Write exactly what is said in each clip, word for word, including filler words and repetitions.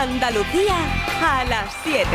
Andalucía a las siete.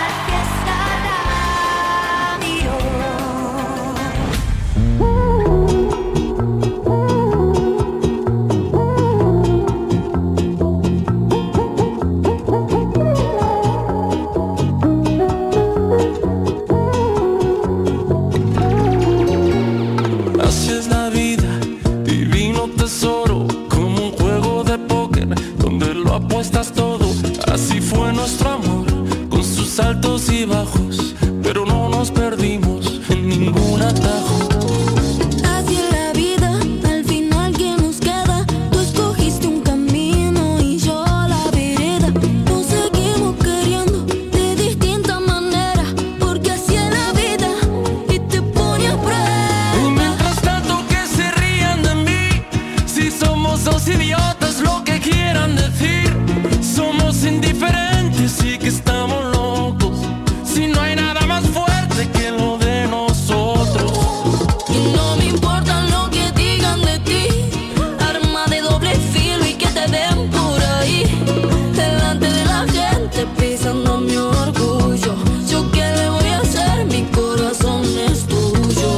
Así es la vida, divino tesoro, como un juego de póker donde lo apuestas todo. Así fue nuestro amor, con sus altos y bajos, pero no nos perdimos en ningún atajo. Así es la vida, al final ¿qué nos queda? Tú escogiste un camino y yo la vereda. Nos seguimos queriendo de distinta manera, porque así es la vida y te pone a prueba. Y mientras tanto que se rían de mí, si somos dos idiotas, lo que quieran decir. Somos indiferentes y que estamos locos, si no hay nada más fuerte que lo de nosotros. Y no me importa lo que digan de ti, arma de doble filo y que te den por ahí, delante de la gente pisando mi orgullo. Yo qué le voy a hacer, mi corazón es tuyo.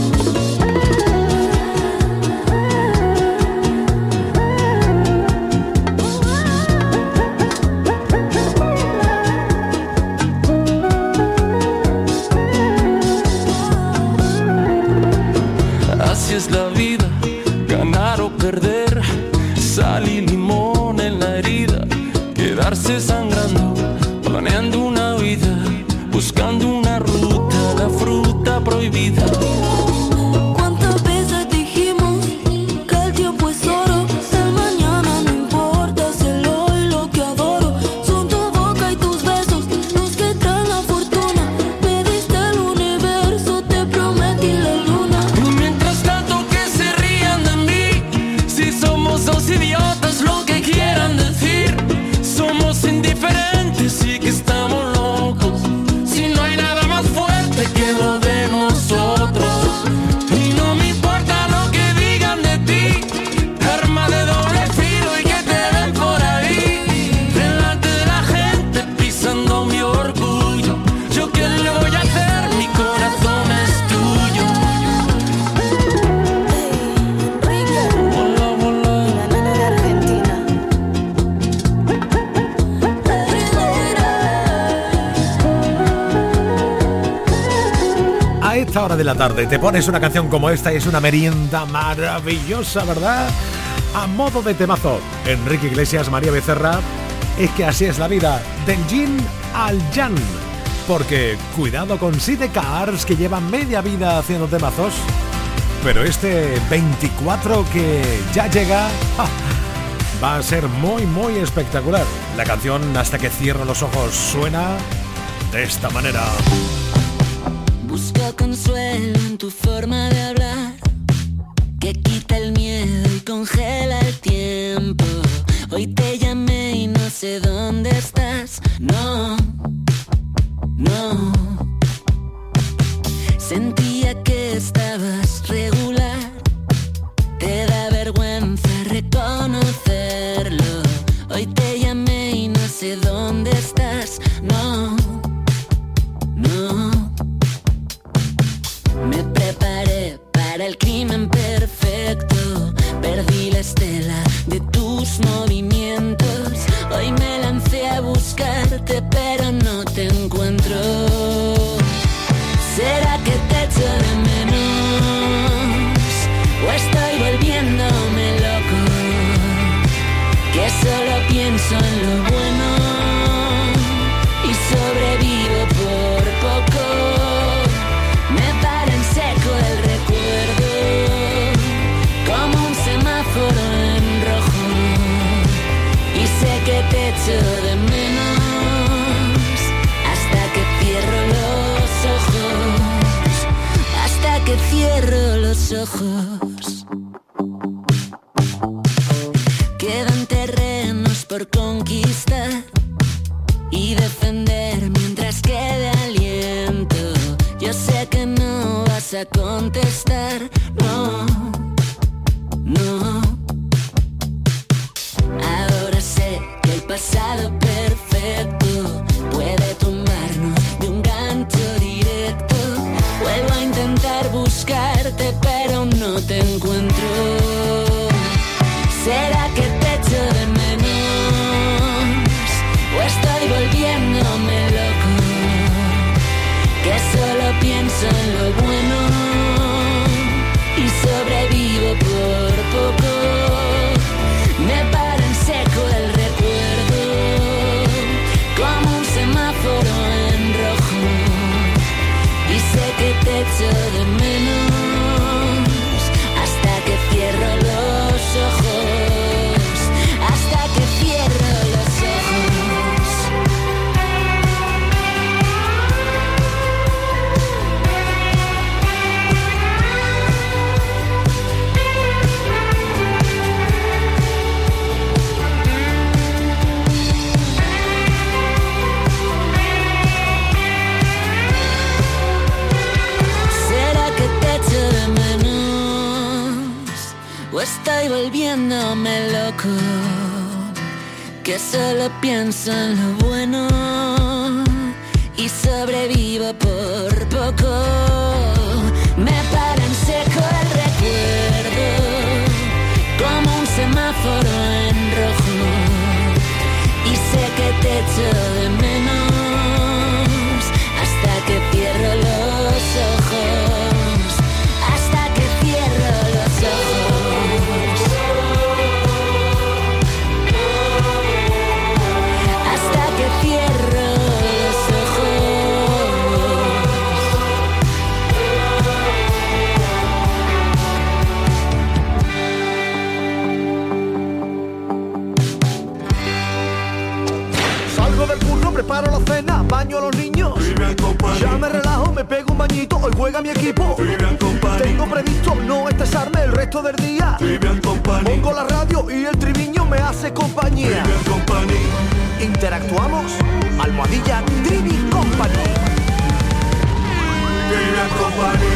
Así es la vida, ganar o perder, sal y limón en la herida, quedarse sangrando, planeando una vida, buscando una ruta, la fruta prohibida. ¿Cuántas veces dijimos que el tiempo es oro? El mañana no importa, es el hoy lo que adoro. Son tu boca y tus besos los que traen la fortuna. Me diste el universo, te prometí la luna. Y mientras tanto que se rían de mí, si somos dos idiotas, lo que quieran decir. Somos indiferentes y que estamos locos, si no hay nada más fuerte que lo de nosotros. Y no me importa lo que digan de ti, arma de doble filo y que te den por ahí, delante de la gente pisando mi orgullo. Yo qué le voy a hacer, mi corazón es tuyo. Hola, hola. La nena de Argentina. A esta hora de la tarde te pones una canción como esta y es una merienda maravillosa, ¿verdad? A modo de temazo, Enrique Iglesias, María Becerra. Es que así es la vida, del yin al yang. Porque cuidado con Sidecars, que lleva media vida haciendo temazos, pero este veinticuatro que ya llega, ¡ja!, va a ser muy muy espectacular. La canción Hasta que cierro los ojos suena de esta manera. Busco consuelo en tu forma de hablar, que quita el miedo y congela el tiempo. Hoy te llamé y no sé dónde estás. No, no. Sentía que estabas regular. Te da vergüenza reconocerlo. Hoy te llamé y no sé dónde estás. No, no. Me preparé para el crimen perfecto. Perdí la estela de tus movimientos. Hoy me lancé a buscarte, pero no te encuentro. ¿Será que te echo de menos? ¿O estoy volviéndome loco? Que solo pienso en lo bueno y sobrevivo por poco. Me para en seco el recuerdo, como un semáforo en rojo. Y sé que te echo de menos hasta que cierro los ojos. Hasta que cierro los ojos. Quedan terrenos por conquistar y defender mientras quede aliento. Yo sé que no vas a contestar, no, no. Ahora sé que el pasado perfecto puede tomarnos de un gancho directo. Vuelvo a intentar buscarte, pero no te encuentro. ¿Será que te echo de menos? ¿O estoy volviéndome loco? Que solo pienso en lo bueno y sobrevivo por poco. Me para en seco el recuerdo, como un semáforo en rojo. Y sé que te echo de menos hasta que cierro los ojos, hasta que cierro los ojos. O estoy volviéndome loco, que solo pienso en lo bueno y sobrevivo por poco. Me para en seco el recuerdo, como un semáforo en rojo. Y sé que te echo de menos hasta que cierro los ojos, hasta que cierro los ojos. Preparo la cena, baño a los niños. Ya me relajo, me pego un bañito. Hoy juega mi equipo. Tengo previsto no estresarme el resto del día. Pongo la radio y el triviño me hace compañía. Interactuamos, almohadilla Trivi Company. Trivian Company.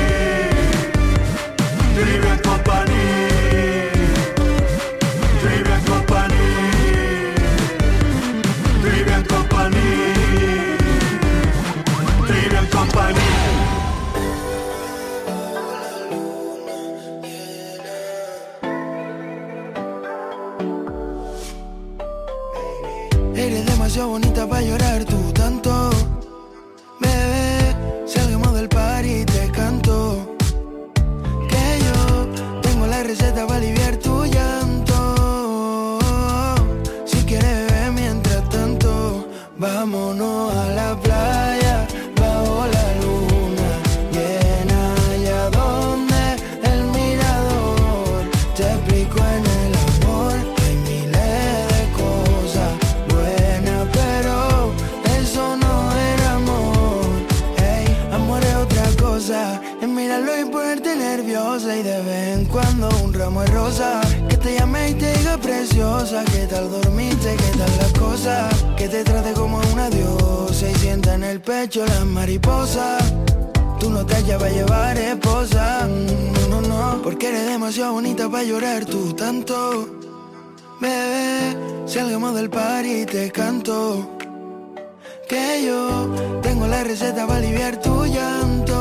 Trivian Company. Trivian Company. Trivian Company. Trivian Company. Eres demasiado bonita para llorar tú tanto. Bebé, salgamos del party y te canto. Que yo tengo la receta para aliviar tu llanto. Si quieres beber mientras tanto, vámonos a la playa, bajo la luna llena, allá donde el mirador. Te explico en el amor, hay miles de cosas buenas, pero eso no era amor. Ey, amor es otra cosa, es mirarlo y ponerte nerviosa, y de vez en cuando un ramo de rosa, que te llame y te diga preciosa, qué tal dormiste, qué tal las cosas, que te trate como una diosa y sienta en el pecho las mariposas. Tú no te hallas para llevar esposa, no, no, no, porque eres demasiado bonita para llorar tú tanto. Bebé, salgamos del party y te canto. Que yo tengo la receta para aliviar tu llanto.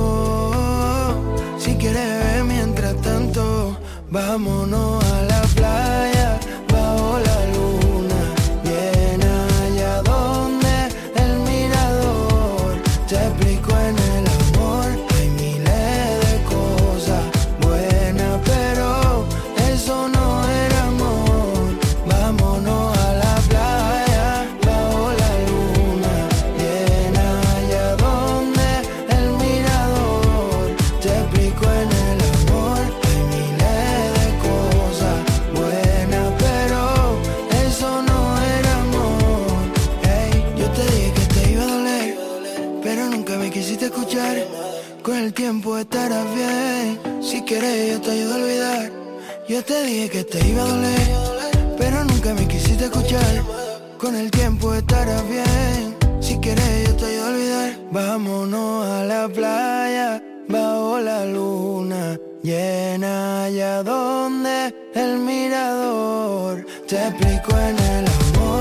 Si quieres beber mientras tanto, vámonos a la playa, bajo la luna llena, allá donde el mirador. Te explico en el amor, hay miles de cosas buenas, pero eso no era amor. Vámonos a la playa, bajo la luna llena, allá donde el mirador. Te explico en el amor, hay miles de cosas buenas, pero eso no era amor. Ey, yo te dije que te iba a doler, pero nunca me quisiste escuchar. Con el tiempo estarás bien, si quieres yo te ayudo a olvidar. Yo te dije que te iba a doler, pero nunca me quisiste escuchar. Con el tiempo estarás bien, si quieres yo te ayudo a olvidar. Vámonos a la playa, bajo la luna llena, allá donde el mirador. Te explico en el amor.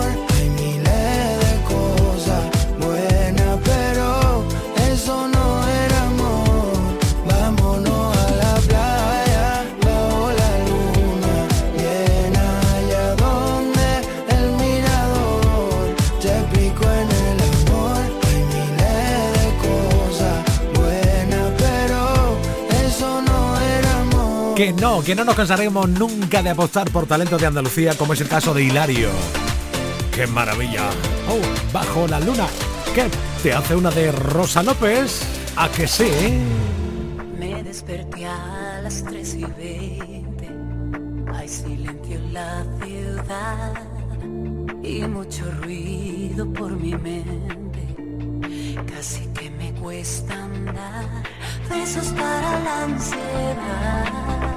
Que no, que no nos cansaremos nunca de apostar por talentos de Andalucía, como es el caso de Hilario. ¡Qué maravilla! Oh, Bajo la luna. ¿Qué? ¿Te hace una de Rosa López? ¿A que sí? Me desperté a las tres y veinte. Hay silencio en la ciudad y mucho ruido por mi mente. Casi que me cuesta andar. Besos para la ansiedad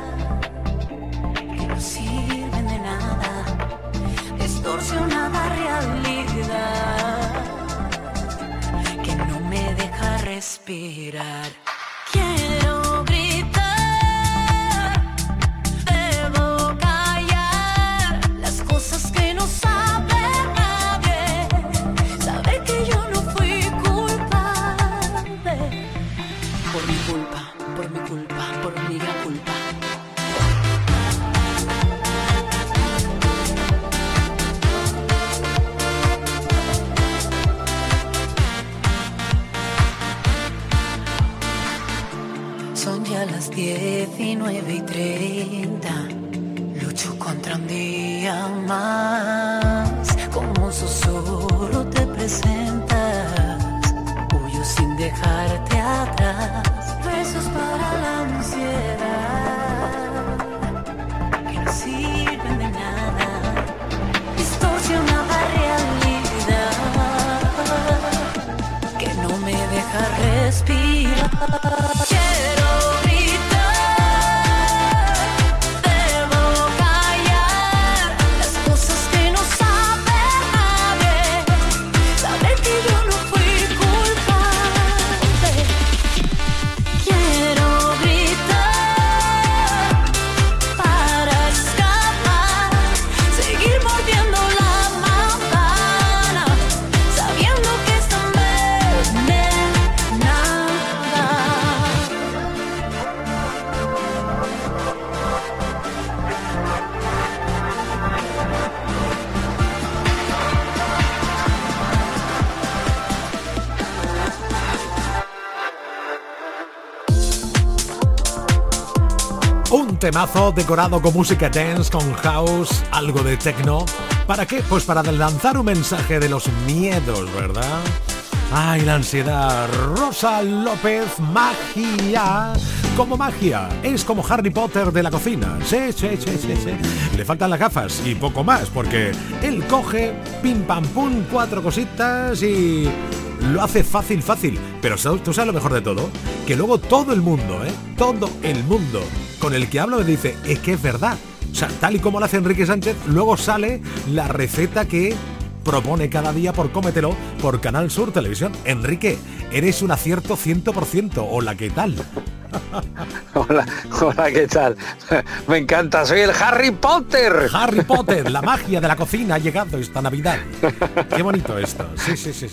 que no sirven de nada. Distorsionada realidad que no me deja respirar. Quiero gritar, debo callar las cosas que no sabe nadie. Saber que yo no fui culpable. Por mi culpa, por mi culpa, por mi gran culpa. Son ya las diecinueve y treinta. Lucho contra un día más. Como un susurro te presentas. Huyo sin dejarte atrás. Besos para la ansiedad que no sirven de nada. Distorsionada realidad que no me deja respirar. Quiero gritar, debo callar las cosas que no sabe nadie. Saber que yo no fui culpable. Quiero gritar para escapar, seguir mordiendo la manzana, sabiendo que esta envenenada. Un temazo decorado con música dance, con house, algo de techno. ¿Para qué? Pues para lanzar un mensaje de los miedos, ¿verdad? Ay, la ansiedad. Rosa López, magia. Como magia. Es como Harry Potter de la cocina. Sí, sí, sí, sí, sí. Le faltan las gafas y poco más, porque él coge, pim pam pum, cuatro cositas y lo hace fácil, fácil. Pero tú sabes lo mejor de todo, que luego todo el mundo, ¿eh? Todo el mundo con el que hablo me dice, es que es verdad. O sea, tal y como lo hace Enrique Sánchez, luego sale la receta que propone cada día por Cómetelo por Canal Sur Televisión. Enrique, eres un acierto cien por ciento. Hola, ¿qué tal? Hola, hola, ¿qué tal? Me encanta, soy el Harry Potter. Harry Potter, la magia de la cocina ha llegado esta Navidad. Qué bonito esto. Sí, sí, sí, sí.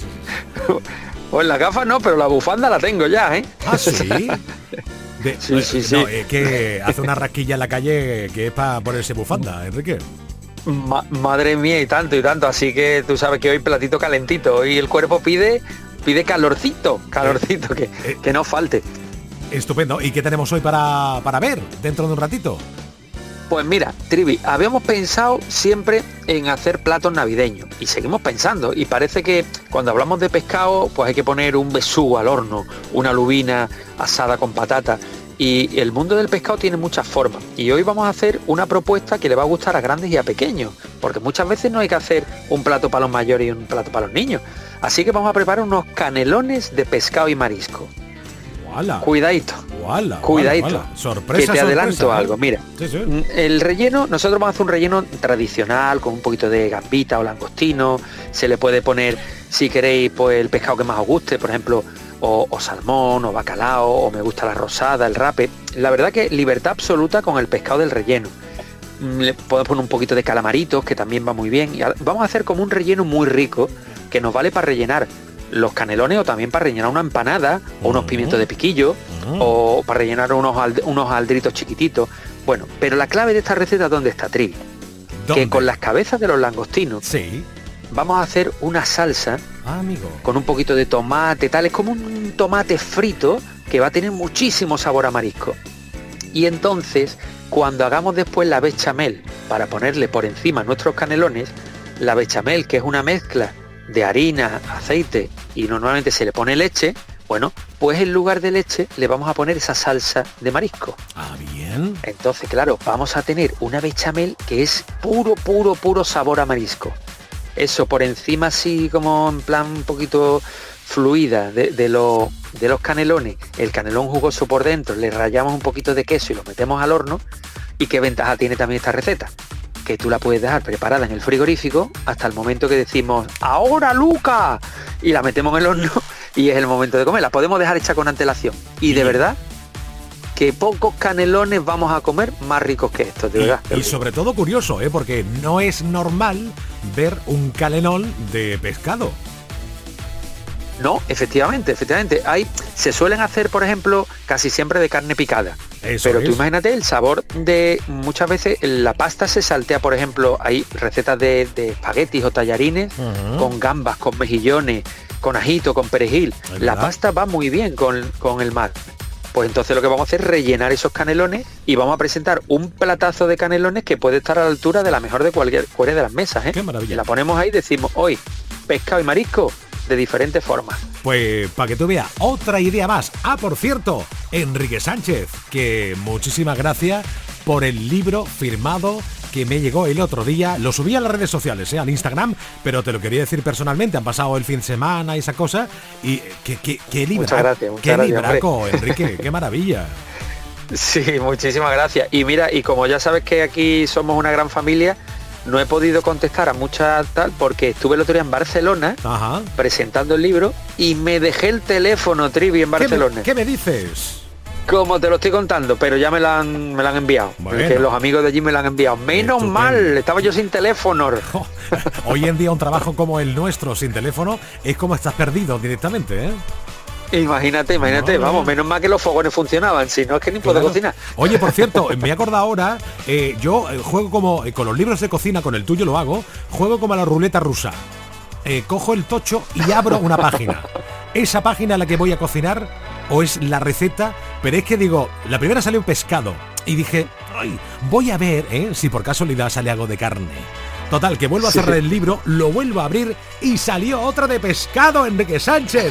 Pues la gafa no, pero la bufanda la tengo ya, ¿eh? ¿Ah, sí? De, sí, sí, sí. No, es que hace una rasquilla en la calle que es para ponerse bufanda, Enrique. Ma- madre mía, y tanto, y tanto. Así que tú sabes que hoy platito calentito. Hoy el cuerpo pide pide calorcito, calorcito, que, eh, que no falte. Estupendo. ¿Y qué tenemos hoy para, para ver dentro de un ratito? Pues mira, Trivi, habíamos pensado siempre en hacer platos navideños y seguimos pensando, y parece que cuando hablamos de pescado pues hay que poner un besugo al horno, una lubina asada con patata, y el mundo del pescado tiene muchas formas, y hoy vamos a hacer una propuesta que le va a gustar a grandes y a pequeños, porque muchas veces no hay que hacer un plato para los mayores y un plato para los niños, así que vamos a preparar unos canelones de pescado y marisco. ¡Wala! Cuidadito. ¡Wala! Cuidadito. ¡Wala! Sorpresa, que te adelanto sorpresa, algo, ¿eh? mira. Sí, sí. El relleno, nosotros vamos a hacer un relleno tradicional con un poquito de gambita o langostino. Se le puede poner, si queréis, pues el pescado que más os guste, por ejemplo, o, o salmón, o bacalao, o me gusta la rosada, el rape. La verdad que libertad absoluta con el pescado del relleno. Le podemos poner un poquito de calamaritos, que también va muy bien. Y vamos a hacer como un relleno muy rico, que nos vale para rellenar los canelones o también para rellenar una empanada o unos pimientos de piquillo uh-huh. o para rellenar unos, ald- unos aldritos chiquititos. Bueno, pero la clave de esta receta, ¿dónde está, Trivi? Que con las cabezas de los langostinos sí. vamos a hacer una salsa ah, amigo. con un poquito de tomate, tal, es como un tomate frito que va a tener muchísimo sabor a marisco. Y entonces, cuando hagamos después la bechamel para ponerle por encima nuestros canelones, la bechamel, que es una mezcla de harina, aceite y normalmente se le pone leche, bueno, pues en lugar de leche le vamos a poner esa salsa de marisco. Ah, bien. Entonces, claro, vamos a tener una bechamel que es puro, puro, puro sabor a marisco. Eso por encima así como en plan un poquito fluida de, de, lo, de los canelones, el canelón jugoso por dentro, le rallamos un poquito de queso y lo metemos al horno. ¿Y qué ventaja tiene también esta receta? Que tú la puedes dejar preparada en el frigorífico hasta el momento que decimos ¡ahora, Luca! Y la metemos en el horno y es el momento de comer. La podemos dejar hecha con antelación. Y de verdad que pocos canelones vamos a comer más ricos que estos, de y, verdad. Y sobre todo curioso, ¿eh? Porque no es normal ver un canelón de pescado. No, efectivamente, efectivamente. Hay, se suelen hacer, por ejemplo, casi siempre de carne picada. Eso Pero es. tú imagínate el sabor de... Muchas veces la pasta se saltea, por ejemplo, hay recetas de, de espaguetis o tallarines uh-huh. con gambas, con mejillones, con ajito, con perejil. La pasta va muy bien con, con el mar. Pues entonces lo que vamos a hacer es rellenar esos canelones y vamos a presentar un platazo de canelones que puede estar a la altura de la mejor de cualquier, cualquier de las mesas, ¿eh? Qué maravilla. La ponemos ahí y decimos, hoy, pescado y marisco de diferentes formas. Pues para que tú veas, otra idea más. Ah, por cierto, Enrique Sánchez, que muchísimas gracias por el libro firmado que me llegó el otro día. Lo subí a las redes sociales, ¿eh? Al Instagram, pero te lo quería decir personalmente. Han pasado el fin de semana y esa cosa. Y qué, qué, qué libra, muchas gracias, muchas qué gracias, libraco, hombre. Enrique, qué maravilla. Sí, muchísimas gracias. Y mira, y como ya sabes que aquí somos una gran familia, no he podido contestar a muchas tal porque estuve el otro día en Barcelona Ajá. presentando el libro y me dejé el teléfono, Trivi, en Barcelona. ¿Qué me, qué me dices? Como te lo estoy contando, pero ya me lo han, me lo han enviado. Bueno. Que los amigos de allí me lo han enviado. Menos Estupendo. mal, estaba yo sin teléfono. Oh, hoy en día un trabajo como el nuestro sin teléfono es como estás perdido directamente, ¿eh? Imagínate, imagínate, no, vamos, no. menos mal que los fogones funcionaban, si no es que ni puedo Claro. cocinar. Oye, por cierto, me he acordado ahora, eh, yo eh, juego como, eh, con los libros de cocina, con el tuyo lo hago, juego como a la ruleta rusa. Eh, cojo el tocho y abro una página. Esa página a la que voy a cocinar o es la receta, pero es que digo, la primera salió un pescado y dije, ay, voy a ver eh, si por casualidad sale algo de carne. Total, que vuelvo a cerrar el libro, lo vuelvo a abrir y salió otra de pescado, Enrique Sánchez.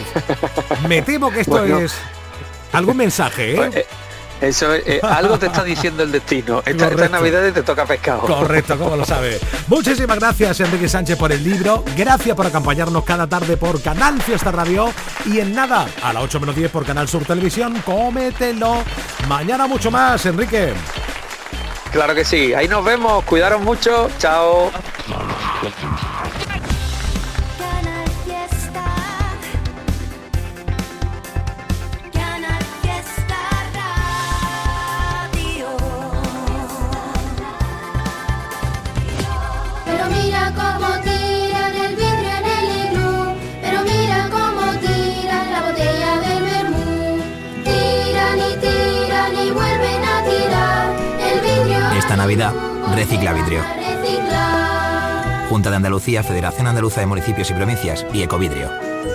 Me temo que esto Bueno. es algún mensaje, ¿eh? Pues, eh, Eso es, eh, algo te está diciendo el destino. Esta, estas navidades te toca pescado. Correcto, ¿cómo lo sabes? Muchísimas gracias, Enrique Sánchez, por el libro. Gracias por acompañarnos cada tarde por Canal Fiesta Radio. Y en nada, a las ocho menos diez por Canal Sur Televisión, cómetelo. Mañana mucho más, Enrique. Claro que sí. Ahí nos vemos. Cuidaros mucho. Chao. Canal Fiesta. Canal Fiesta Radio. Pero mira cómo tiran el vidrio en el iglú. Pero mira cómo tiran la botella del vermú. Tiran y tiran y vuelven a tirar el vidrio. Esta Navidad, recicla vidrio. Reciclar. Junta de Andalucía, Federación Andaluza de Municipios y Provincias y Ecovidrio.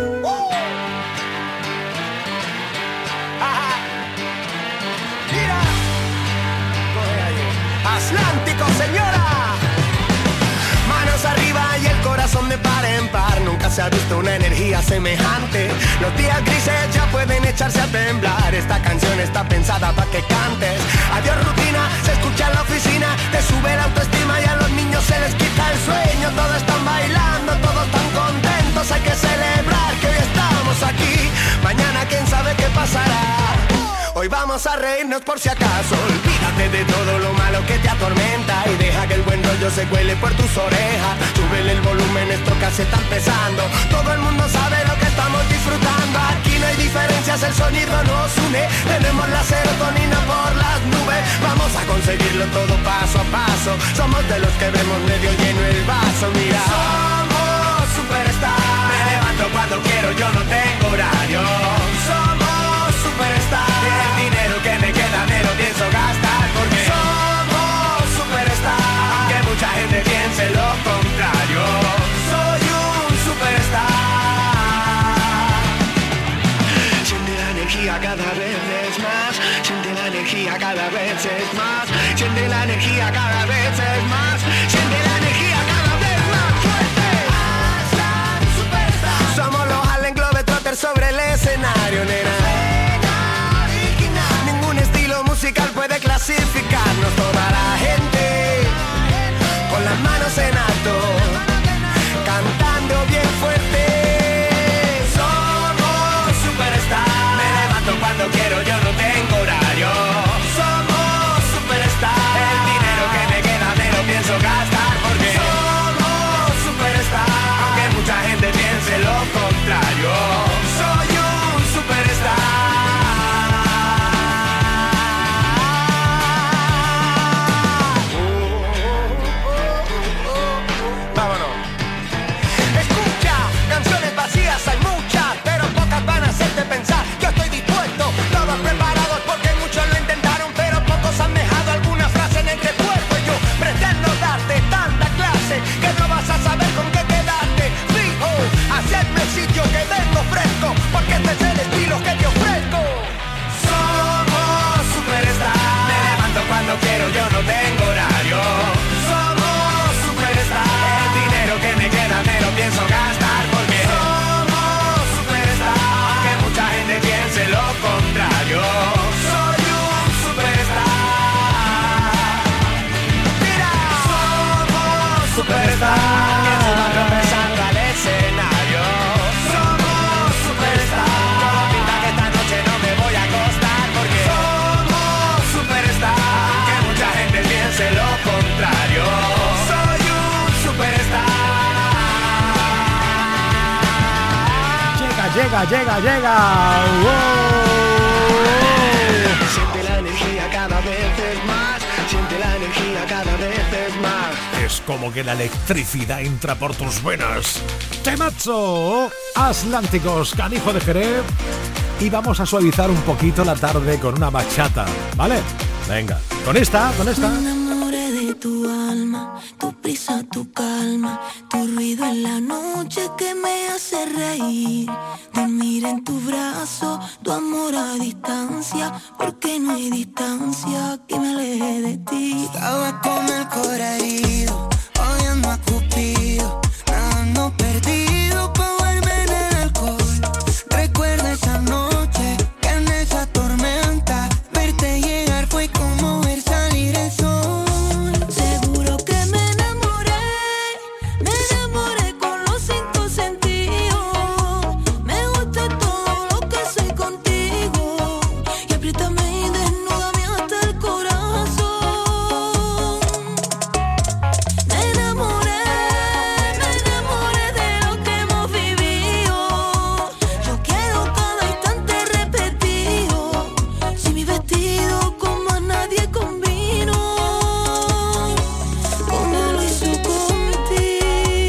Atlántico, señora. Manos arriba y el corazón de par en par. Nunca se ha visto una energía semejante. Los días grises ya pueden echarse a temblar. Esta canción está pensada para que cantes. Adiós rutina, se escucha en la oficina. Te sube la autoestima y a los niños se les quita el sueño. Todos están bailando, todos están contentos. Hay que celebrar que hoy estamos aquí. Mañana quién sabe qué pasará. Hoy vamos a reírnos por si acaso. Olvídate de todo lo malo que te atormenta y deja que el buen rollo se cuele por tus orejas. Súbele el volumen, esto casi está empezando. Todo el mundo sabe lo que estamos disfrutando. Aquí no hay diferencias, el sonido nos une. Tenemos la serotonina por las nubes. Vamos a conseguirlo todo paso a paso. Somos de los que vemos medio lleno el vaso. Mira, somos superstar. Me levanto cuando quiero, yo no tengo horario. Somos superstar. El dinero que me queda me lo pienso gastar porque somos superstar. Aunque mucha gente piense lo contrario, soy un superstar. Siente la energía cada vez es más. Siente la energía cada vez la energía cada vez es más. Siente la energía cada vez más fuerte. Aslan Superstar. Somos los Harlem Globetrotters sobre el escenario, nena. Ningún estilo musical puede clasificarnos. Toda la gente con las manos en alto, cantando bien fuerte. Somos superstar. Me levanto cuando quiero, yo no tengo horario. Somos superstar. El dinero que me queda me lo pienso gastar porque somos superstar. Aunque mucha gente piense lo contrario, soy un superstar. Pensar, yo estoy dispuesto, todos preparados porque muchos lo intentaron, pero pocos han dejado alguna frase en el recuerdo. Y yo pretendo darte tanta clase que no vas a saber con qué quedarte. Fijo, hacedme el sitio que vengo fresco, porque este es el estilo que te ofrezco. Somos superstar. Me levanto cuando quiero, yo no tengo horario. Somos superstar. El dinero que me queda me lo pienso gastar porque piense lo contrario, soy un superstar. Mira, somos superstar. Que encima tropezando al escenario. Somos superstar. Todo pinta que esta noche no me voy a acostar porque somos superstar. Que mucha gente piense lo contrario, soy un superstar. Llega, llega, llega. ¡Wow! Siente la energía cada vez es más. Siente la energía cada vez es más. Es como que la electricidad entra por tus venas. Temazo, Atlánticos, Canijo de Jerez. Y vamos a suavizar un poquito la tarde con una bachata, ¿vale? Venga, con esta, con esta. Me enamoré de tu alma, tu prisa, tu calma, tu ruido en la noche que me hace reír. Dormir en tu brazo, tu amor a distancia, porque no hay distancia que me aleje de ti. Estaba con el corazón herido, odiando a Cupido, nadando perdido pa' volver en el alcohol. Recuerda esa noche que en esa tormenta verte llegar fue como ver salir el sol. Seguro que me enamoré, me enamoré con los cinco sentidos. Me gusta todo lo que soy contigo y apriétame y desnúdame hasta el corazón. Me enamoré, me enamoré de lo que hemos vivido. Yo quiero cada instante repetido. Si mi vestido como a nadie combino, como lo hizo contigo.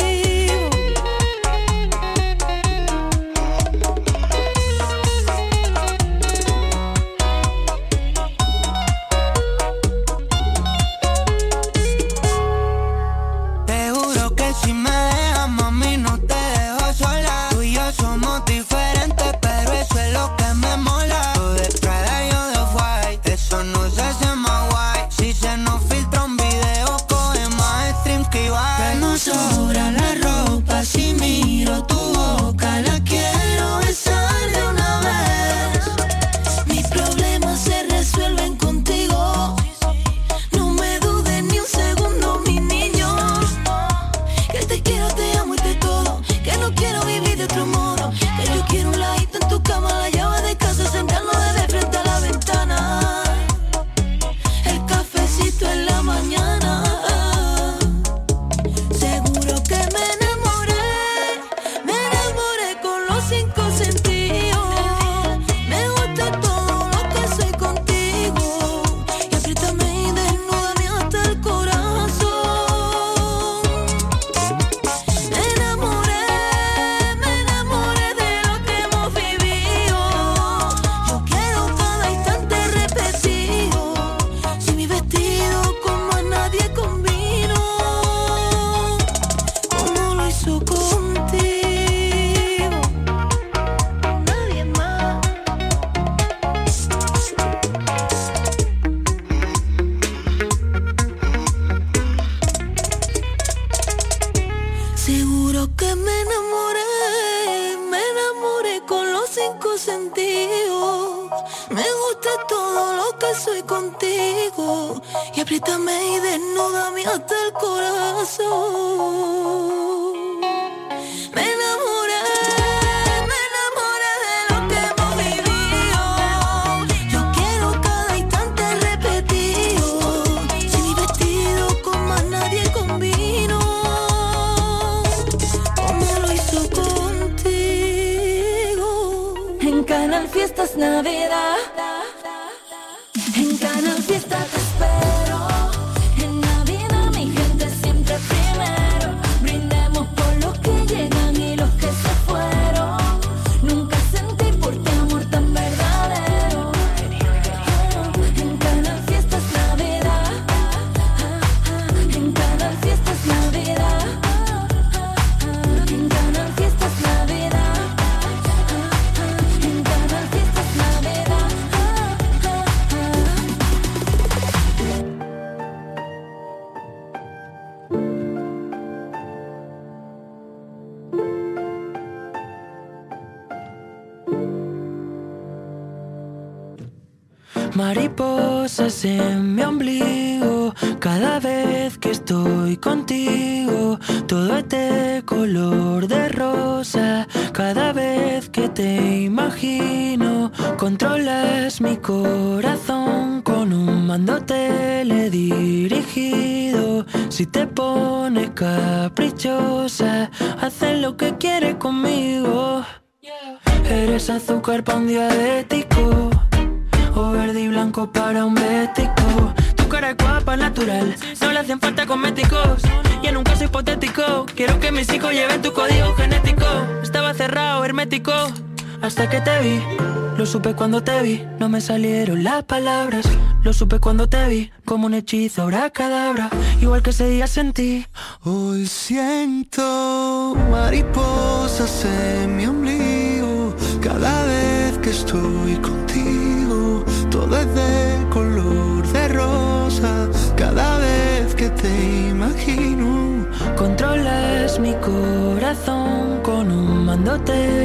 Te juro que si me dejas, mami, no te dejo sola. Tú y yo somos diferentes, pero eso es lo que me mola. Tú de Prada, yo de White, eso no se hace más guay. Si se nos filtra un video, coge más streams que Ibai. Que no sobra la ropa, si miro tu boca, la quiero besar de una vez. Mis problemas se resuelven contigo. No me dudes ni un segundo, mi niño. Que te quiero, te amo y te todo. Que no quiero vivir de otro modo. Que yo quiero un ladito en tu cama, la llave de casa, sentarnos de frente a la ventana. El cafecito en la mañana. Seguro que me enamoré, me enamoré con los cinco sentidos. Me gusta todo lo que soy contigo y apriétame y desnúdame hasta el corazón. Me enamoré, me enamoré de lo que hemos Seguro que me enamoré, me enamoré con los cinco sentidos. Me gusta todo lo que soy contigo y apriétame y desnúdame hasta el corazón. Me enamoré, me enamoré de lo que hemos vivido. Yo quiero cada instante repetido. Si mi vestido con más nadie combino, como lo hizo contigo. En Canal Fiestas Navidad, en Canal Fiestas te espero. En Navidad mi gente siempre primero. Brindemos por los que llegan y los que se fueron. Nunca sentí por ti amor tan verdadero. En Canal Fiestas Navidad, en Canal Fiestas Navidad, en Canal Fiestas Navidad, en Canal Fiestas Navidad. Mariposas en mi ombligo, cada vez que estoy contigo. Todo es de color de rosa, cada vez que te imagino. Controlas mi corazón con un mando teledirigido. Si te pones caprichosa, haces lo que quieres conmigo. Eres azúcar para un diabético, o verde y blanco para un bético. Tu cara es guapa, natural, no le hacen falta cosméticos. Y en un caso hipotético, quiero que mis hijos lleven tu código genético. Estaba cerrado, hermético, hasta que te vi. Lo supe cuando te vi, no me salieron las palabras. Lo supe cuando te vi, como un hechizo abracadabra. Igual que ese día sentí. Hoy siento mariposas en mi ombligo, cada vez que estoy contigo. Todo es de color de rosa, cada vez que te imagino. Controlas mi corazón con un mando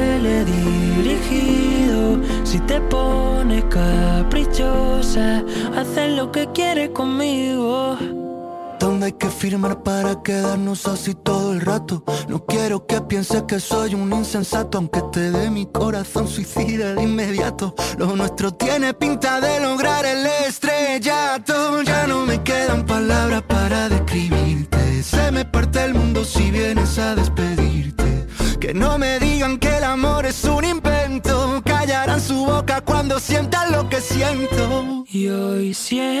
teledirigido. Si te pones caprichosa, haces lo que quieres conmigo. ¿Dónde hay que firmar para quedarnos así todo el rato? No quiero que pienses que soy un insensato, aunque te dé mi corazón suicida de inmediato. Lo nuestro tiene pinta de lograr el estrellato. Ya no me quedan palabras para describirte. Se me parte el mundo si vienes a despedirte. Que no me digan que el amor es un invento. Callarán su boca cuando sientan lo que siento. Y hoy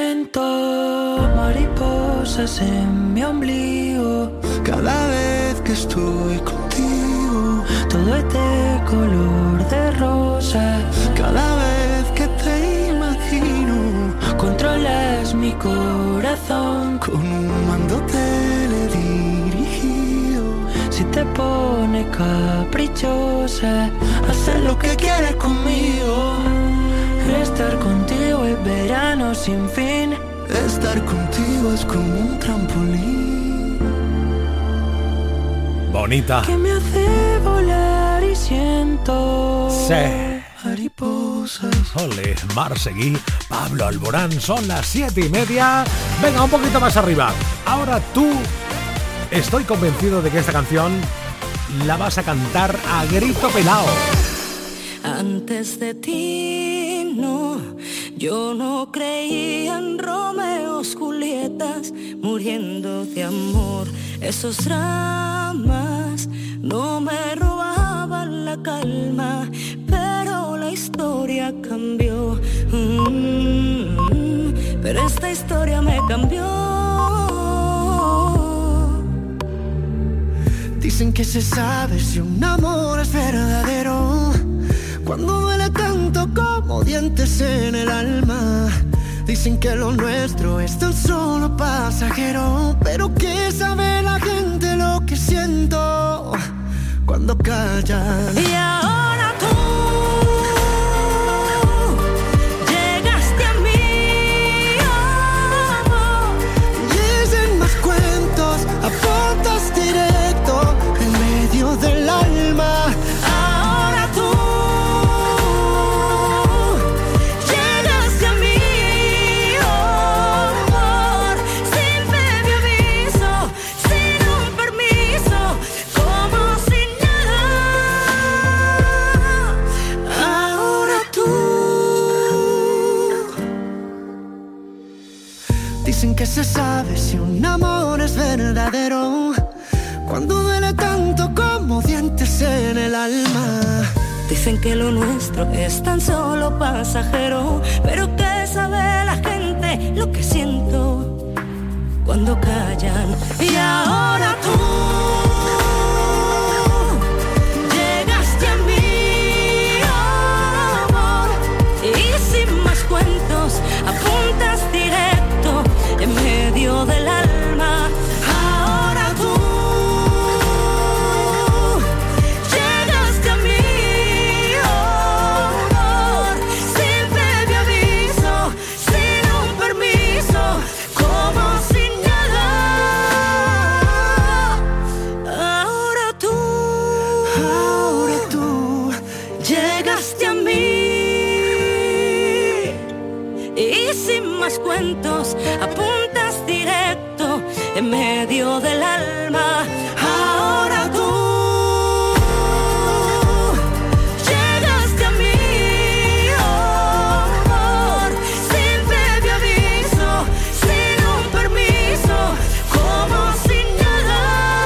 siento mariposas en mi ombligo, cada vez que estoy contigo. Todo es de color de rosa, cada vez que te imagino. Controlas mi corazón con un mando teledirigido. Si te pones caprichosa, hacer lo que quieres conmigo. Estar contigo es verano sin fin. Estar contigo es como un trampolín. Bonita. Que me hace volar y siento. Sí. Mariposas. Ole, Mar Seguí, Pablo Alborán, son las siete y media. Venga, un poquito más arriba. Ahora tú, estoy convencido de que esta canción la vas a cantar a grito pelao. Antes de ti, no, yo no creía en Romeos, Julietas, muriendo de amor. Esos dramas no me robaban la calma, pero la historia cambió. Mm, pero esta historia me cambió. Dicen que se sabe si un amor es verdadero cuando duele tanto como dientes en el alma. Dicen que lo nuestro es tan solo pasajero, pero ¿qué sabe la gente lo que siento cuando callan? Y ahora tú llegaste a mí, oh, dicen más cuentos, a fotos directo, sabes si un amor es verdadero cuando duele tanto como dientes en el alma. Dicen que lo nuestro es tan solo pasajero, pero que sabe la gente lo que siento cuando callan. Y ahora tú llegaste a mí, amor, y sin más cuentos apuntas directo en medio del alma. Ahora tú llegaste a mí, amor, sin previo aviso, sin un permiso, como sin nada. Ahora tú, ahora tú llegaste a mí, y sin más cuentos apuntas directo en medio del alma. Ahora tú llegaste a mí, amor, sin previo aviso, sin un permiso, como sin nada.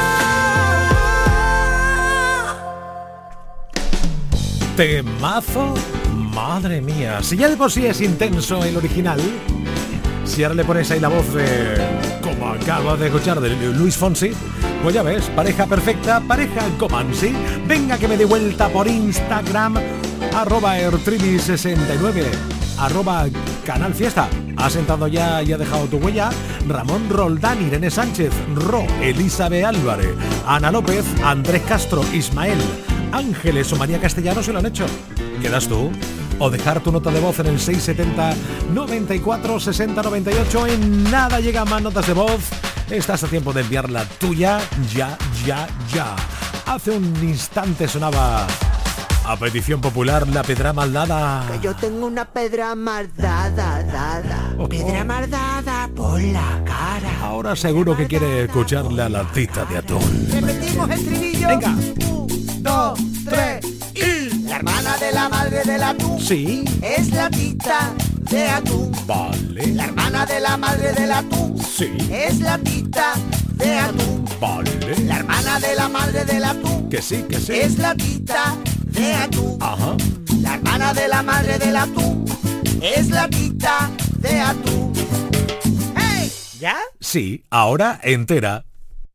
Temazo, madre mía. Si ya de por sí es intenso el original, si ahora le pones ahí la voz de, como acabas de escuchar, de Luis Fonsi, pues ya ves, pareja perfecta, pareja Comansi. Venga que me dé vuelta por Instagram, arroba ertrivi sesenta y nueve, arroba Canal Fiesta. Has entrado ya y ha dejado tu huella. Ramón Roldán, Irene Sánchez, Ro, Elizabeth Álvarez, Ana López, Andrés Castro, Ismael, Ángeles o María Castellanos se lo han hecho. ¿Quedas tú? O dejar tu nota de voz en el seis setenta, noventa y cuatro, sesenta, noventa y ocho. En nada llegan más notas de voz. Estás a tiempo de enviar la tuya, ya, ya, ya. Hace un instante sonaba, a petición popular, la pedra maldada. Que yo tengo una pedra maldada, dada. Oh, Pedra oh. maldada por la cara. Ahora seguro que quiere escuchar la latita de atún. Repetimos el trinillo. Venga. Un, dos, tres y... La hermana de la madre del atún. Sí. Es la tita de atún. Vale. La hermana de la madre del atún. Sí. Es la tita de atún. Vale. La hermana de la madre del atún. Que sí, que sí. Es la tita de atún. Ajá. La hermana de la madre del atún. Es la tita de atún. ¡Hey! ¿Ya? Sí, ahora entera.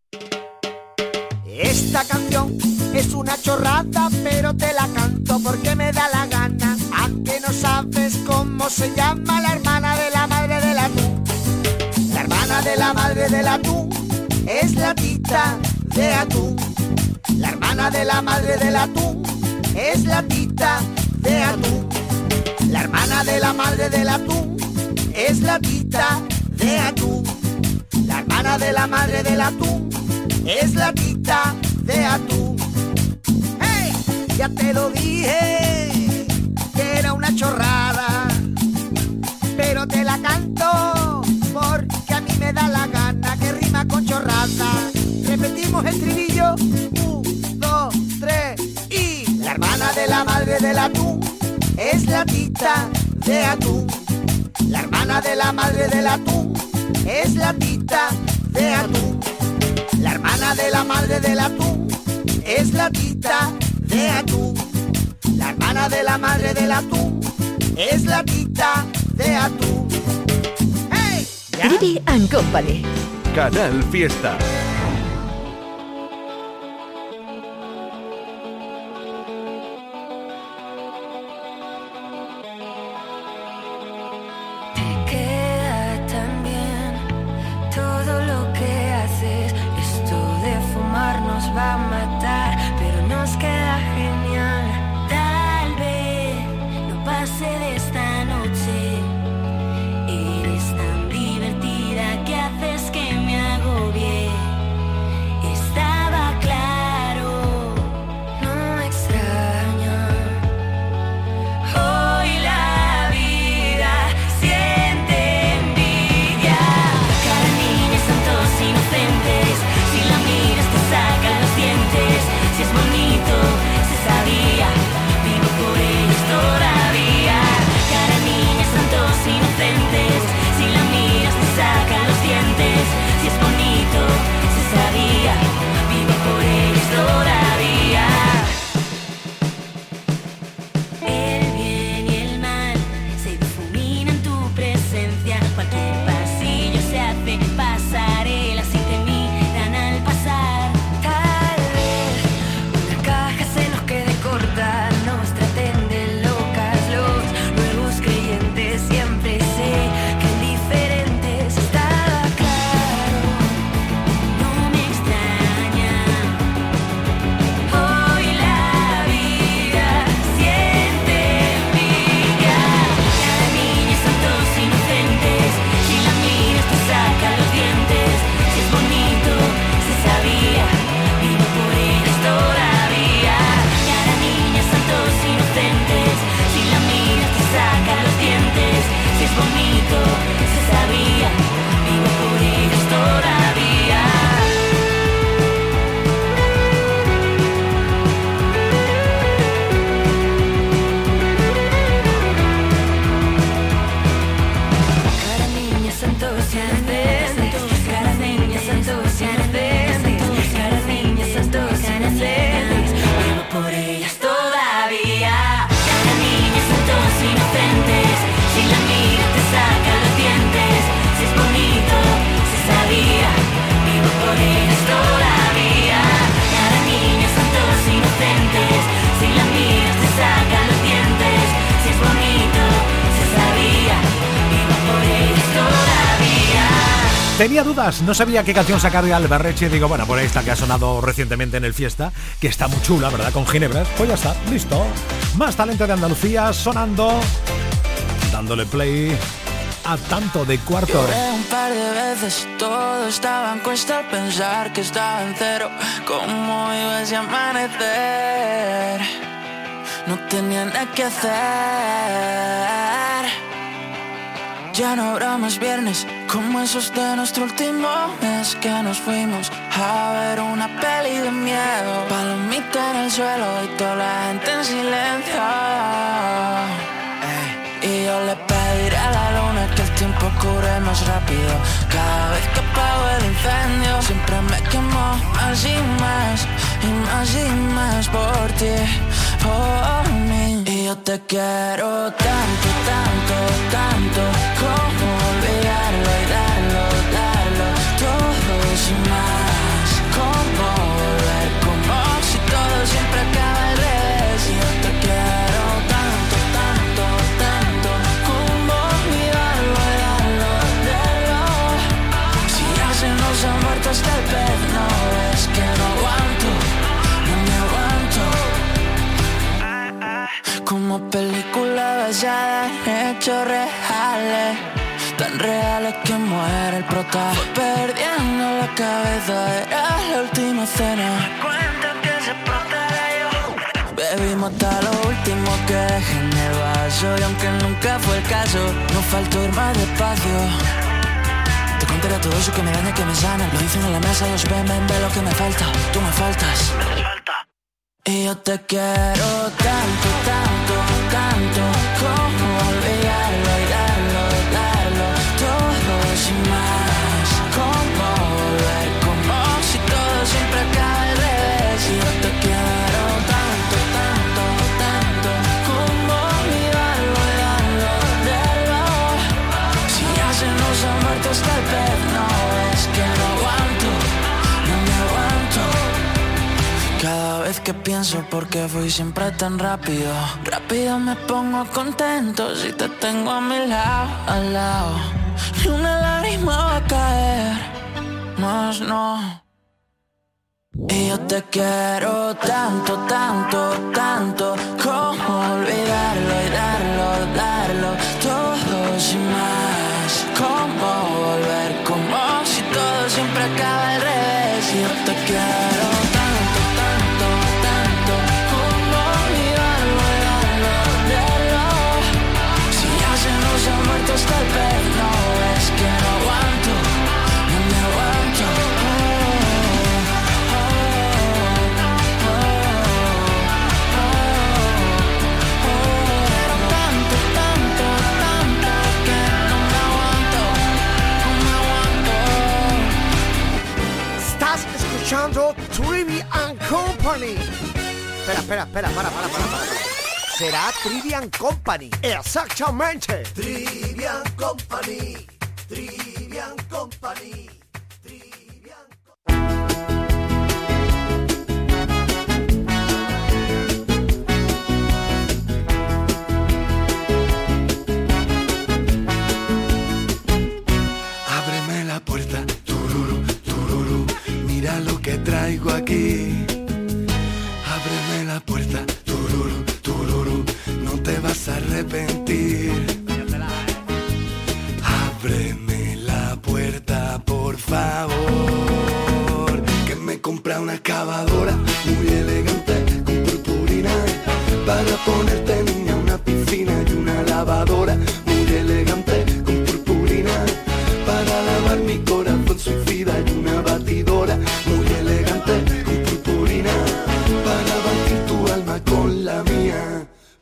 Esta canción es una chorrada, pero te la canto porque me da la gana. Aunque no sabes cómo se llama la hermana de la madre del atún. La hermana de la madre del atún es la tita de atún. La hermana de la madre del atún es la tita de atún. La hermana de la madre del atún es la tita de atún. La hermana de la madre del atún es la tita de atún. ¡Hey! Ya te lo dije, que era una chorrada, pero te la canto porque a mí me da la gana, que rima con chorrada. Repetimos el trinillo. Un, dos, tres y... La hermana de la madre del atún es la tita de atún. La hermana de la madre del atún es la tita de atún. La hermana de la madre del atún es la tita de atún. La hermana de la madre del atún es la tita de atún. ¡Hey! Trivi and Company. Canal Fiesta. Va a matar, pero nos queda genial. Tal vez no pase de esta noche. Eres tan divertida que haces que me agobie. Estaba claro, no me extraña. Hoy la vida siente envidia. Cada niña son todos inocentes. Si la miras te sacan los dientes. Tenía dudas, no sabía qué canción sacar de Albarreche. Digo, bueno, por esta que ha sonado recientemente en el Fiesta, que está muy chula, ¿verdad? Con Ginebras. Pues ya está, listo. Más talento de Andalucía sonando, dándole play a Tanto de Cuarto. Lloré un par de veces, todo estaba en cuesta al pensar que estaba en cero. ¿Cómo iba ese amanecer? No tenía nada que hacer. Ya no habrá más viernes como esos de nuestro último mes, que nos fuimos a ver una peli de miedo. Palomita en el suelo y toda la gente en silencio. Ey. Y yo le pediré a la luna que el tiempo cure más rápido. Cada vez que apago el incendio siempre me quemo más y más, y más y más por ti, por mí. Y yo te quiero tanto, tanto, tanto, como olvidarlo y darlo, darlo todo sin más. Como volver, como si todo siempre acaba al revés. Y yo te quiero tanto, tanto, tanto, como olvidarlo y darlo, darlo. Si ya se nos ha muerto hasta el pez, no es que no aguanto, no me aguanto. Como película basada en hechos reales, tan reales que muere el prota. Fue perdiendo la cabeza, era la última cena. Me cuenta que ese prota era yo. Bebimos hasta lo último que dejé en el vaso, y aunque nunca fue el caso, no faltó ir más despacio. Te contaré todo eso que me daña, que me sana. Lo dicen en la mesa, los ven, ven, ve lo que me falta. Tú me faltas. Y yo te quiero tanto, tanto, tanto, como olvidarlo y darlo, darlo todo sin más. Como volver, como si todo siempre acaba al revés. Y yo te quiero tanto, tanto, tanto, como olvidarlo y darlo, darlo. Si ya se nos ha muerto hasta el pez, no es que no aguanto, no me aguanto. Cada vez que pienso por qué fui siempre tan rápido, rápido me pongo contento si te tengo a mi lado, al lado. Ni una lágrima va a caer, más no. Y yo te quiero tanto, tanto, tanto, como olvidarlo y darlo, darlo todo sin más. Como volver, como si todo siempre acaba al revés. Y yo te quiero tanto, tanto, tanto, como olvidarlo y darlo, darlo. Si ya se nos ha muerto hasta el pez, no es que no aguanto, no me aguanto. Escuchando Trivian Company. Espera, espera, espera, para, para, para, para. Será Trivian Company. Exactamente. Trivian Company. Trivian Company. Trivian Ábreme la puerta, tururú, tururú. Mira lo que traigo aquí. Ábreme la puerta, tururú, tururú. No te vas a arrepentir. Ábreme la puerta, por favor. Que me compra una excavadora muy elegante con purpurina. Para ponerte, niña, una piscina y una lavadora muy elegante con purpurina. Para lavar mi corazón suicida y una batidora muy elegante con purpurina. Para batir tu alma con la mía.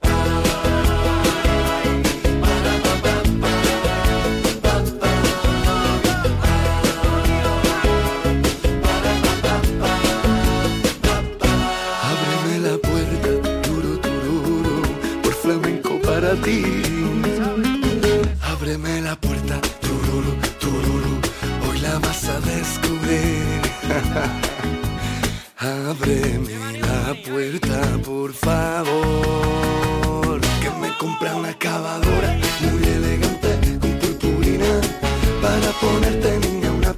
Ábreme la puerta, turu, tururu, por flamenco para ti. Ábreme la puerta, tururu, tururu, hoy la vas a descubrir. Ábreme la puerta, por favor. Que me compra una excavadora muy elegante con purpurina. Para ponerte, niña, una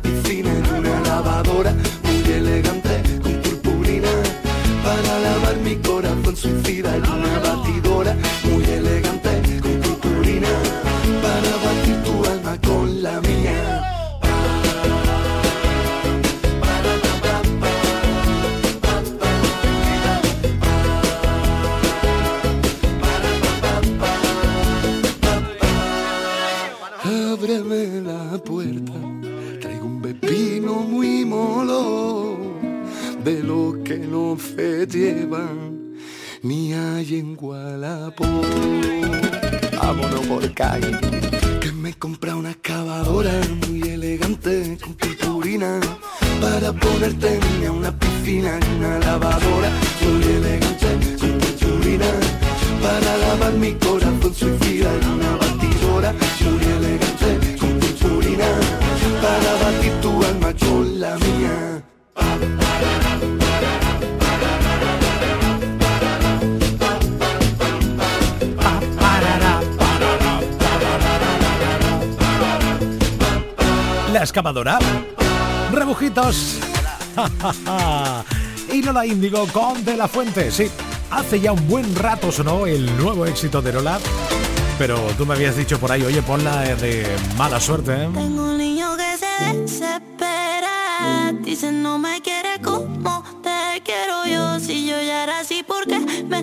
que no se llevan ni hay en Gualapó. Vámonos por calle, que me compra una excavadora muy elegante con purpurina para ponerte en una piscina y una lavadora muy elegante con purpurina para lavar mi corazón suicida en una batidora muy elegante con purpurina para batir tu alma con la mía. La excavadora, Rebujitos y Lola Índigo con De La Fuente. Sí, hace ya un buen rato sonó el nuevo éxito de Lola, pero tú me habías dicho por ahí, oye, ponla de Mala Suerte, ¿eh? Tengo un niño que se desespera, dice no me quiere como te quiero yo. Si yo ya era así, ¿por qué me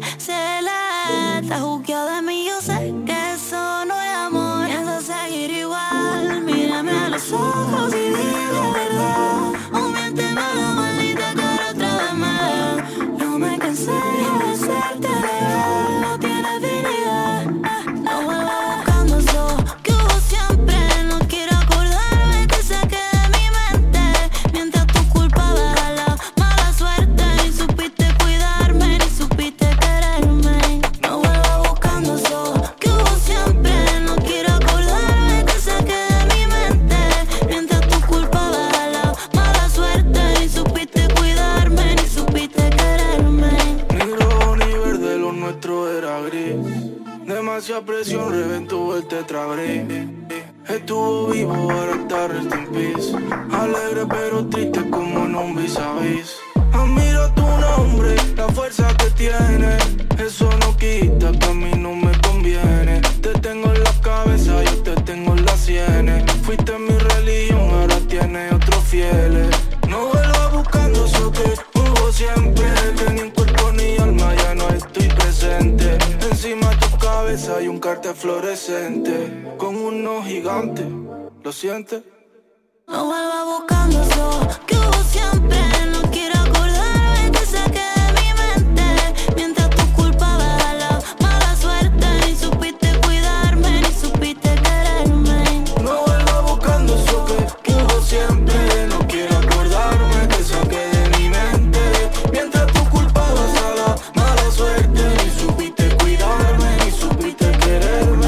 cela? Está juzgado de mí, yo sé que eso no es amor. Pienso seguir igual, mírame a los ojos y dime la verdad. O miénteme la maldita cara otra vez más. No me cansé de hacerte legal, no tienes dignidad. No vuelvo buscando eso que hubo siempre. No quiero acordarme, te saqué de mi mente. Mientras tu culpa baja la mala suerte. Ni supiste cuidarme, ni supiste quererme. No vuelvo buscando eso que hubo siempre. No quiero acordarme, te saqué de mi mente. Mientras tu culpa baja la mala suerte. Ni supiste cuidarme, ni supiste quererme. Ni rojo ni verde, lo nuestro era gris. Demasiada presión, reventó el tetragris. Estuvo vivo, ahora está rest in peace. Alegre pero triste como en un vis a vis. Admiro tu nombre, la fuerza que tiene. Eso no quita que a mí no me conviene. Te tengo en la cabeza, yo te tengo en las sienes. Fuiste mi religión, ahora tienes otros fieles. No vuelvas buscando eso que hubo siempre. Tenía un cuerpo ni alma, ya no estoy presente. Encima de tu cabeza hay un cartel fluorescente con unos gigantes, ¿lo sientes? No vuelva buscando eso que hubo siempre. No quiero acordarme, te saqué de mi mente. Mientras tu culpa baja la mala suerte. Ni supiste cuidarme, ni supiste quererme. No vuelva buscando eso que hubo siempre. No quiero acordarme, te saqué de mi mente. Mientras tu culpa baja la mala suerte. Ni supiste cuidarme, ni supiste quererme.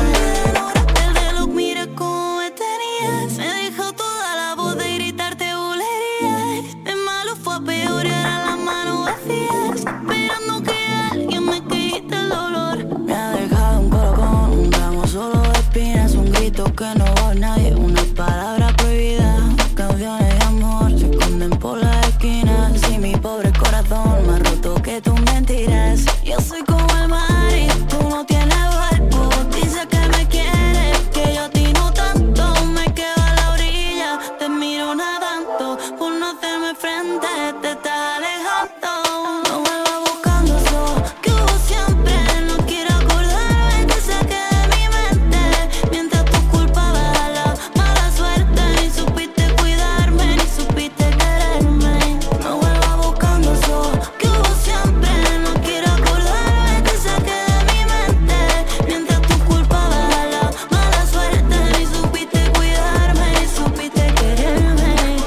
El reloj, mira cómo me tenías. Me dejó toda la voz de gritarte bulerías. De malo fue a peor y ahora las manos vacías. Esperando que alguien me quite el dolor. Me ha dejado un colocón, un ramo solo de espinas. Un grito que no va a nadie, una palabra prohibida. Canciones de amor se esconden por la esquina. Si mi pobre corazón más roto que tus mentiras. Yo soy como el mar y tú no tienes barco. Dice que me quieres, que yo a ti no tanto. Me quedo a la orilla, te miro nadando. Por no hacerme frente, te estás alejando. No vuelvas buscando eso que hubo siempre. No quiero acordarme, te saqué de mi mente. Mientras tu culpa baja la mala suerte. Ni supiste cuidarme, ni supiste quererme. No vuelvas buscando eso que hubo siempre. No quiero acordarme, te saqué de mi mente. Mientras tu culpa baja la mala suerte. Ni supiste cuidarme, ni supiste quererme.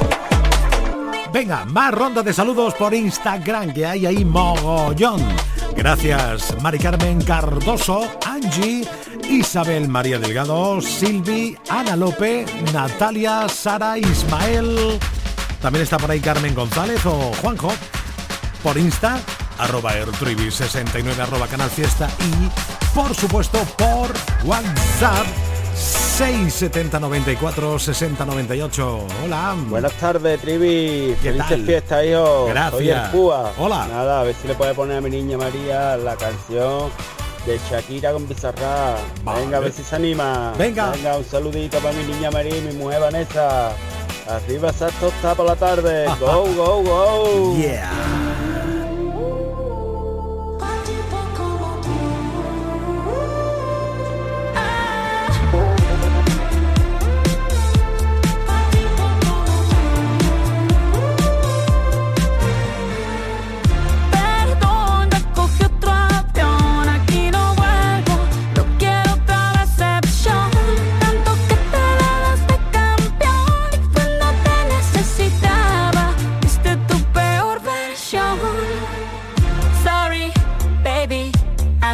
Venga, más ronda de saludos por Instagram, que hay ahí mogollón. Gracias, Mari Carmen Cardoso, Angie, Isabel María Delgado, Silvi, Ana López, Natalia, Sara, Ismael. También está por ahí Carmen González o Juanjo. Por Insta, arroba ertrivi sesenta y nueve, arroba Canal Fiesta. Y, por supuesto, por WhatsApp, seis setenta noventa y cuatro sesenta noventa y ocho. Hola. Buenas tardes, Trivi. ¿Qué Felices tal? fiestas, hijo. Gracias. Soy el Púa. Hola. Nada, a ver si le puede poner a mi niña María la canción de Shakira con Bizarrap. Vale. Venga, a ver si se anima. Venga. Venga, un saludito para mi niña María y mi mujer Vanessa. Arriba Santo está por la tarde. Go, go, go. Yeah.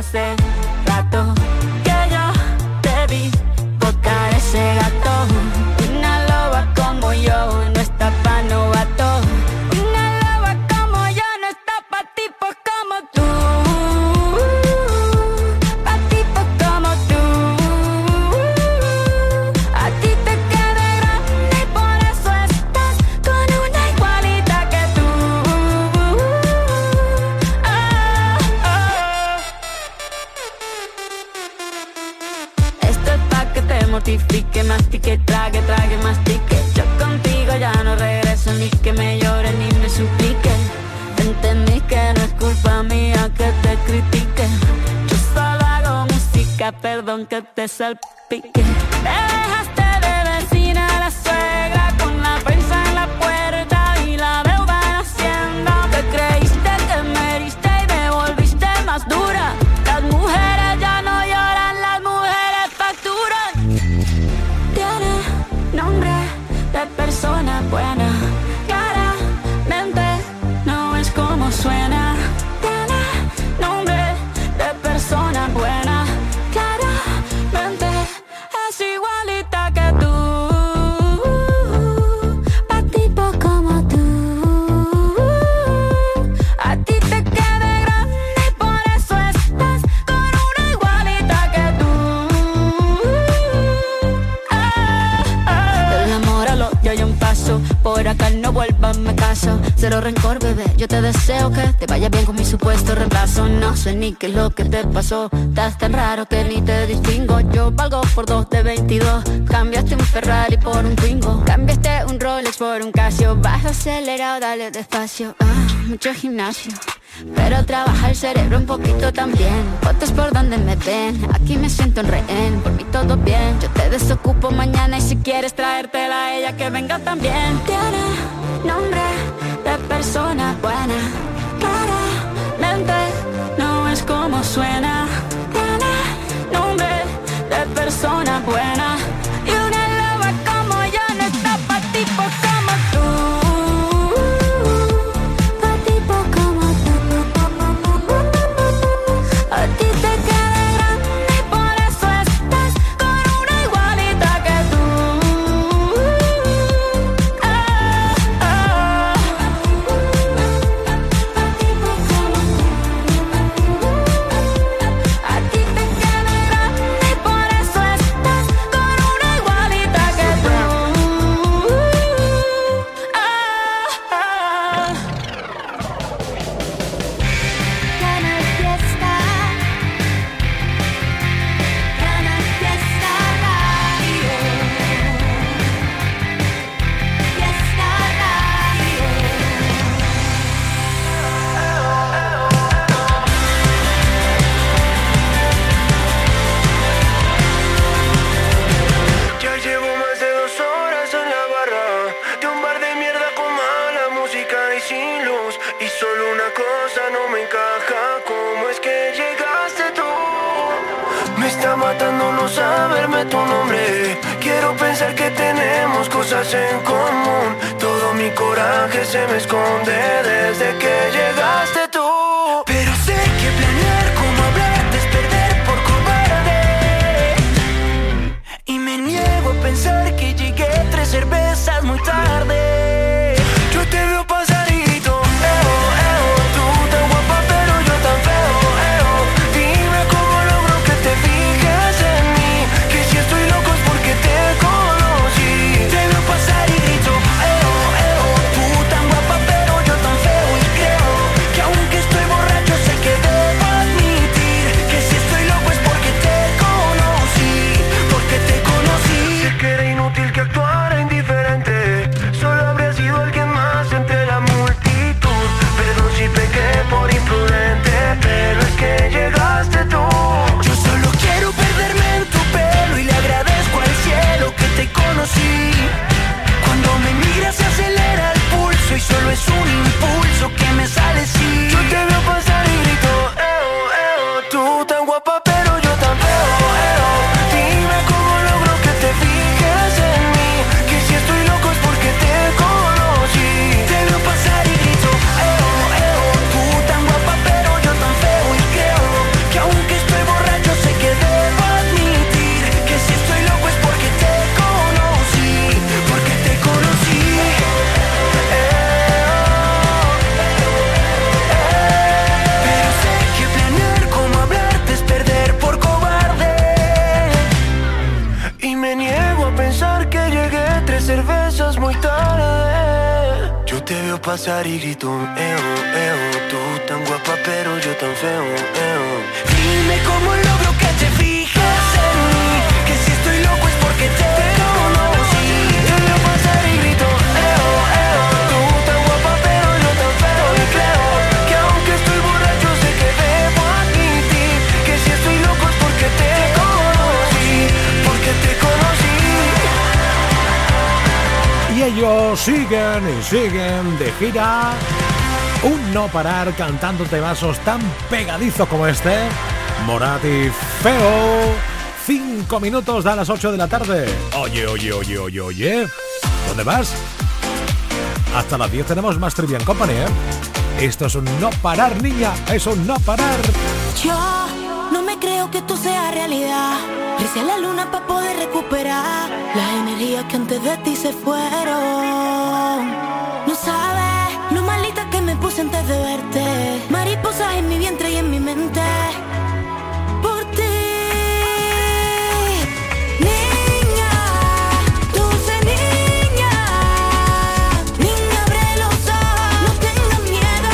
hace rato que yo te vi tocar ese gato. Una loba como yo no está pa' novato. Una loba como yo no está pa' tipos como tú. Pa' tipos como tú. A ti te queda grande y por eso estás con una igualita que tú. Oh, oh. Esto es pa' que te mortifique, mastique, trague, trague, mastique. Yo contigo ya no regreso, ni que me llore ni me suplique. Entendí que no es culpa mía que te critique. Yo solo hago música, perdón que te salpique. Me dejaste de vecina a la suegra con la prensa en la puerta y la deuda en Hacienda. Te creíste que me heriste y me volviste más dura. Las mujeres ya no lloran, las mujeres facturan. Tiene nombre de persona buena, claramente no es como suena. Tiene nombre de persona buena, claramente es igualita que tú. Pa' tipo como tú. A ti te queda grande y por eso estás con una igualita que tú. Del amor al odio hay un paso, por acá no vuelvas, me caso. Cero rencor, bebé, yo te deseo que te vaya bien con mi supuesto reemplazo. No sé ni qué es lo que te pasó, estás tan raro que ni te distingo. Yo valgo por dos de veintidós, cambiaste un Ferrari por un Twingo. Cambiaste un Rolex por un Casio, vas acelerado, dale despacio. Ah, mucho gimnasio, pero trabaja el cerebro un poquito también. Fotos por donde me ven, aquí me siento en rehén. Por mí todo bien, yo te desocupo mañana y si quieres traértela a ella que venga también. Tiene nombre de persona buena, claramente no es como suena. Tiene nombre de persona buena y una loba como yo no está pa' tipos como tú. Pa' tipos como tú. A ti te queda grande y por eso estás con una igualita que tú. Ah, ah. A ti te queda grande y por eso estás con una igualita que tú. Ah, ah. Canal Fiesta, Canal Fiesta Radio, Fiesta Radio. Ya llevo más de dos horas en la barra de un bar de mierda con mala música y sin luz. Y solo una cosa no me encaja, ¿cómo es que llegaste tú? Me está matando no saberme tu nombre. Quiero pensar que tenemos cosas en común. Todo mi coraje se me esconde desde que llegaste tú. Pero sé que planear cómo hablarte es perder por cobarde. Y me niego a pensar que llegué tres cervezas muy tarde. Yo te veo pasadito, eo, eo. Tú tan guapa pero yo tan feo, eo. Dime cómo logro que te fijes en mí, que si estoy loco es porque te conocí. Te veo pasar y grito, eo, eo. Tú tan guapa pero yo tan feo y creo que aún pasar y grito, eo, eo. Tú tan guapa pero yo tan feo, eo. Dime cómo logro que te fijes en mí, que si estoy loco es porque te conocí. Yo voy a pasar y grito, eo, eo. Tú tan guapa pero yo tan feo. Y creo que aunque estoy borracho sé que debo admitir que si estoy loco es porque te conocí, porque te conocí. Y ellos siguen y siguen de gira, un no parar cantando temazos tan pegadizos como este. Morat y Feo. Cinco minutos de a las ocho de la tarde. Oye, oye, oye, oye, oye. ¿Dónde vas? Hasta las diez tenemos más Trivian Company, ¿eh? Esto es un no parar, niña. Es un no parar. Yo no me creo que esto sea realidad. Irse a la luna para poder recuperar las energías que antes de ti se fueron. No sabes lo malita que me puse antes de verte. Mariposas en mi vientre y en mi mente. Por ti, niña, dulce niña. Niña, abre los ojos, no tengas miedo.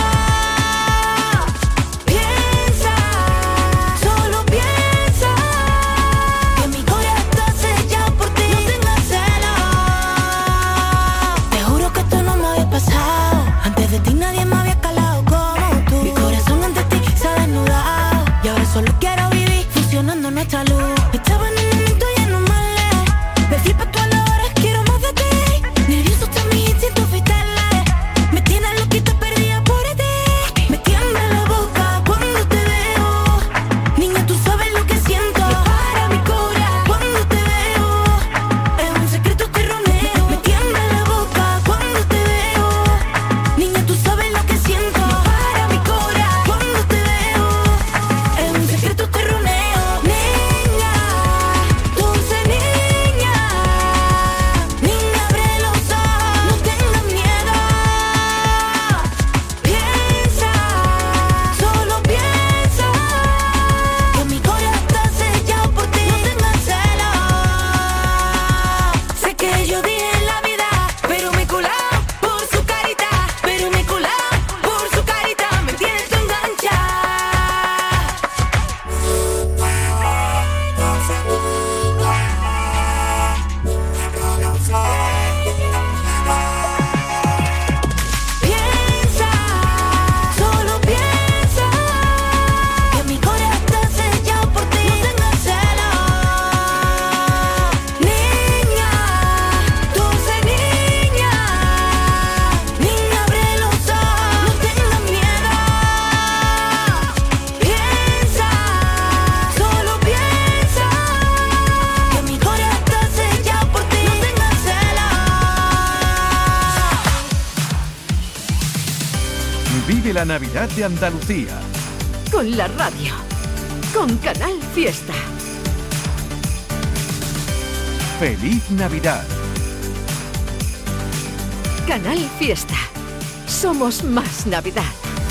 Piensa, solo piensa, que mi corazón está sellado por ti. No tengas celos. Te juro que esto no me había pasado. Antes de ti nadie me había calado como tú. Mi corazón ante ti se ha desnudado. Y ahora solo quiero vivir fusionando nuestra luz. Estaba en un momento lleno male. Me fui pa' todas las horas, quiero más de ti. Nervioso está mi instinto vitales. Me tienes loquita perdida por ti. Me tiembla la boca cuando te veo. Niña, tú sabes lo que siento. Me para mi cora cuando te veo. Es un secreto que roneo. Me tiembla la boca cuando te veo. Niña, tú sabes lo que siento. Me para mi cora cuando te veo. Es un secreto que roneo. Niña, dulce niña. Niña, abre los ojos, no tengas miedo. Piensa, solo piensa, que mi corazón está sellado por ti. No tengas celos. Sé que yo dije en la vida, pero me he colado por su carita. Pero me he colado por su carita. Me tienes tú enganchada. Piensa, solo piensa, que mi corazón está sellado por ti. No tengas celos. Niña, dulce niña. Niña, abre los ojos, no tengas miedo. Piensa, solo piensa, que mi corazón está sellado por ti. No tengas celos. Vive la Navidad de Andalucía. Con la radio. Con Canal Fiesta. Feliz Navidad. Canal Fiesta. Somos más Navidad.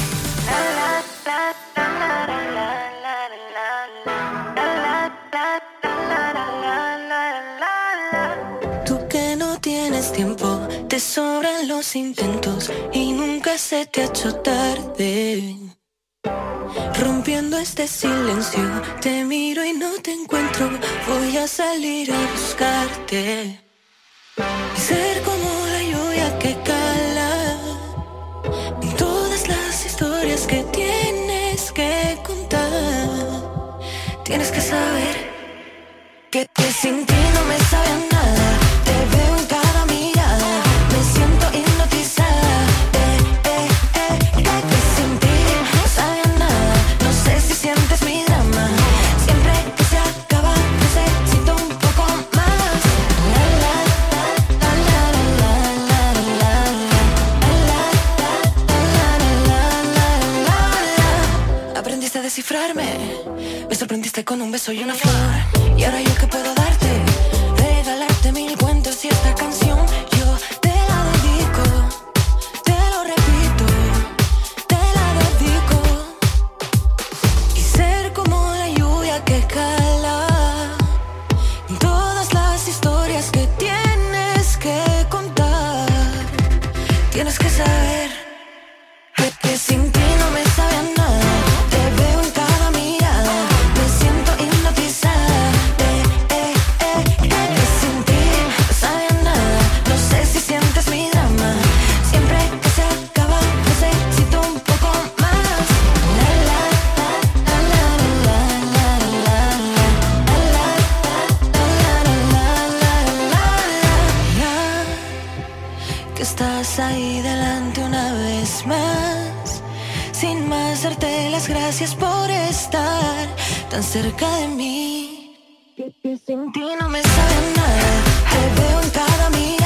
Tú que no tienes tiempo, te sobran los intentos y nunca se te ha hecho tarde. Rompiendo este silencio, te miro y no te encuentro. Voy a salir a buscarte. Ser como la lluvia que cala en todas las historias que tienes que contar. Tienes que saber que, que sin ti no me sabe a nada. Te veo en cada mirada, me siento hipnotizada. Eh, eh, eh, eh, que sin ti no sabe a nada. No sé si sientes mi drama. Siempre que se acaba necesito un poco más. La, la, la, la, la, la, la, la, la, la, la. Aprendiste a descifrarme. Me sorprendiste con un beso y una flor. Y ahora yo que puedo darte, regalarte mil cuentos y esta canción yo te la dedico, te lo repito, te la dedico. Y ser como la lluvia que cala en todas las historias que tienes que contar. Tienes que saber sin más darte las gracias por estar tan cerca de mí. Que, que sin ti no me sabe nada, te veo en cada minuto.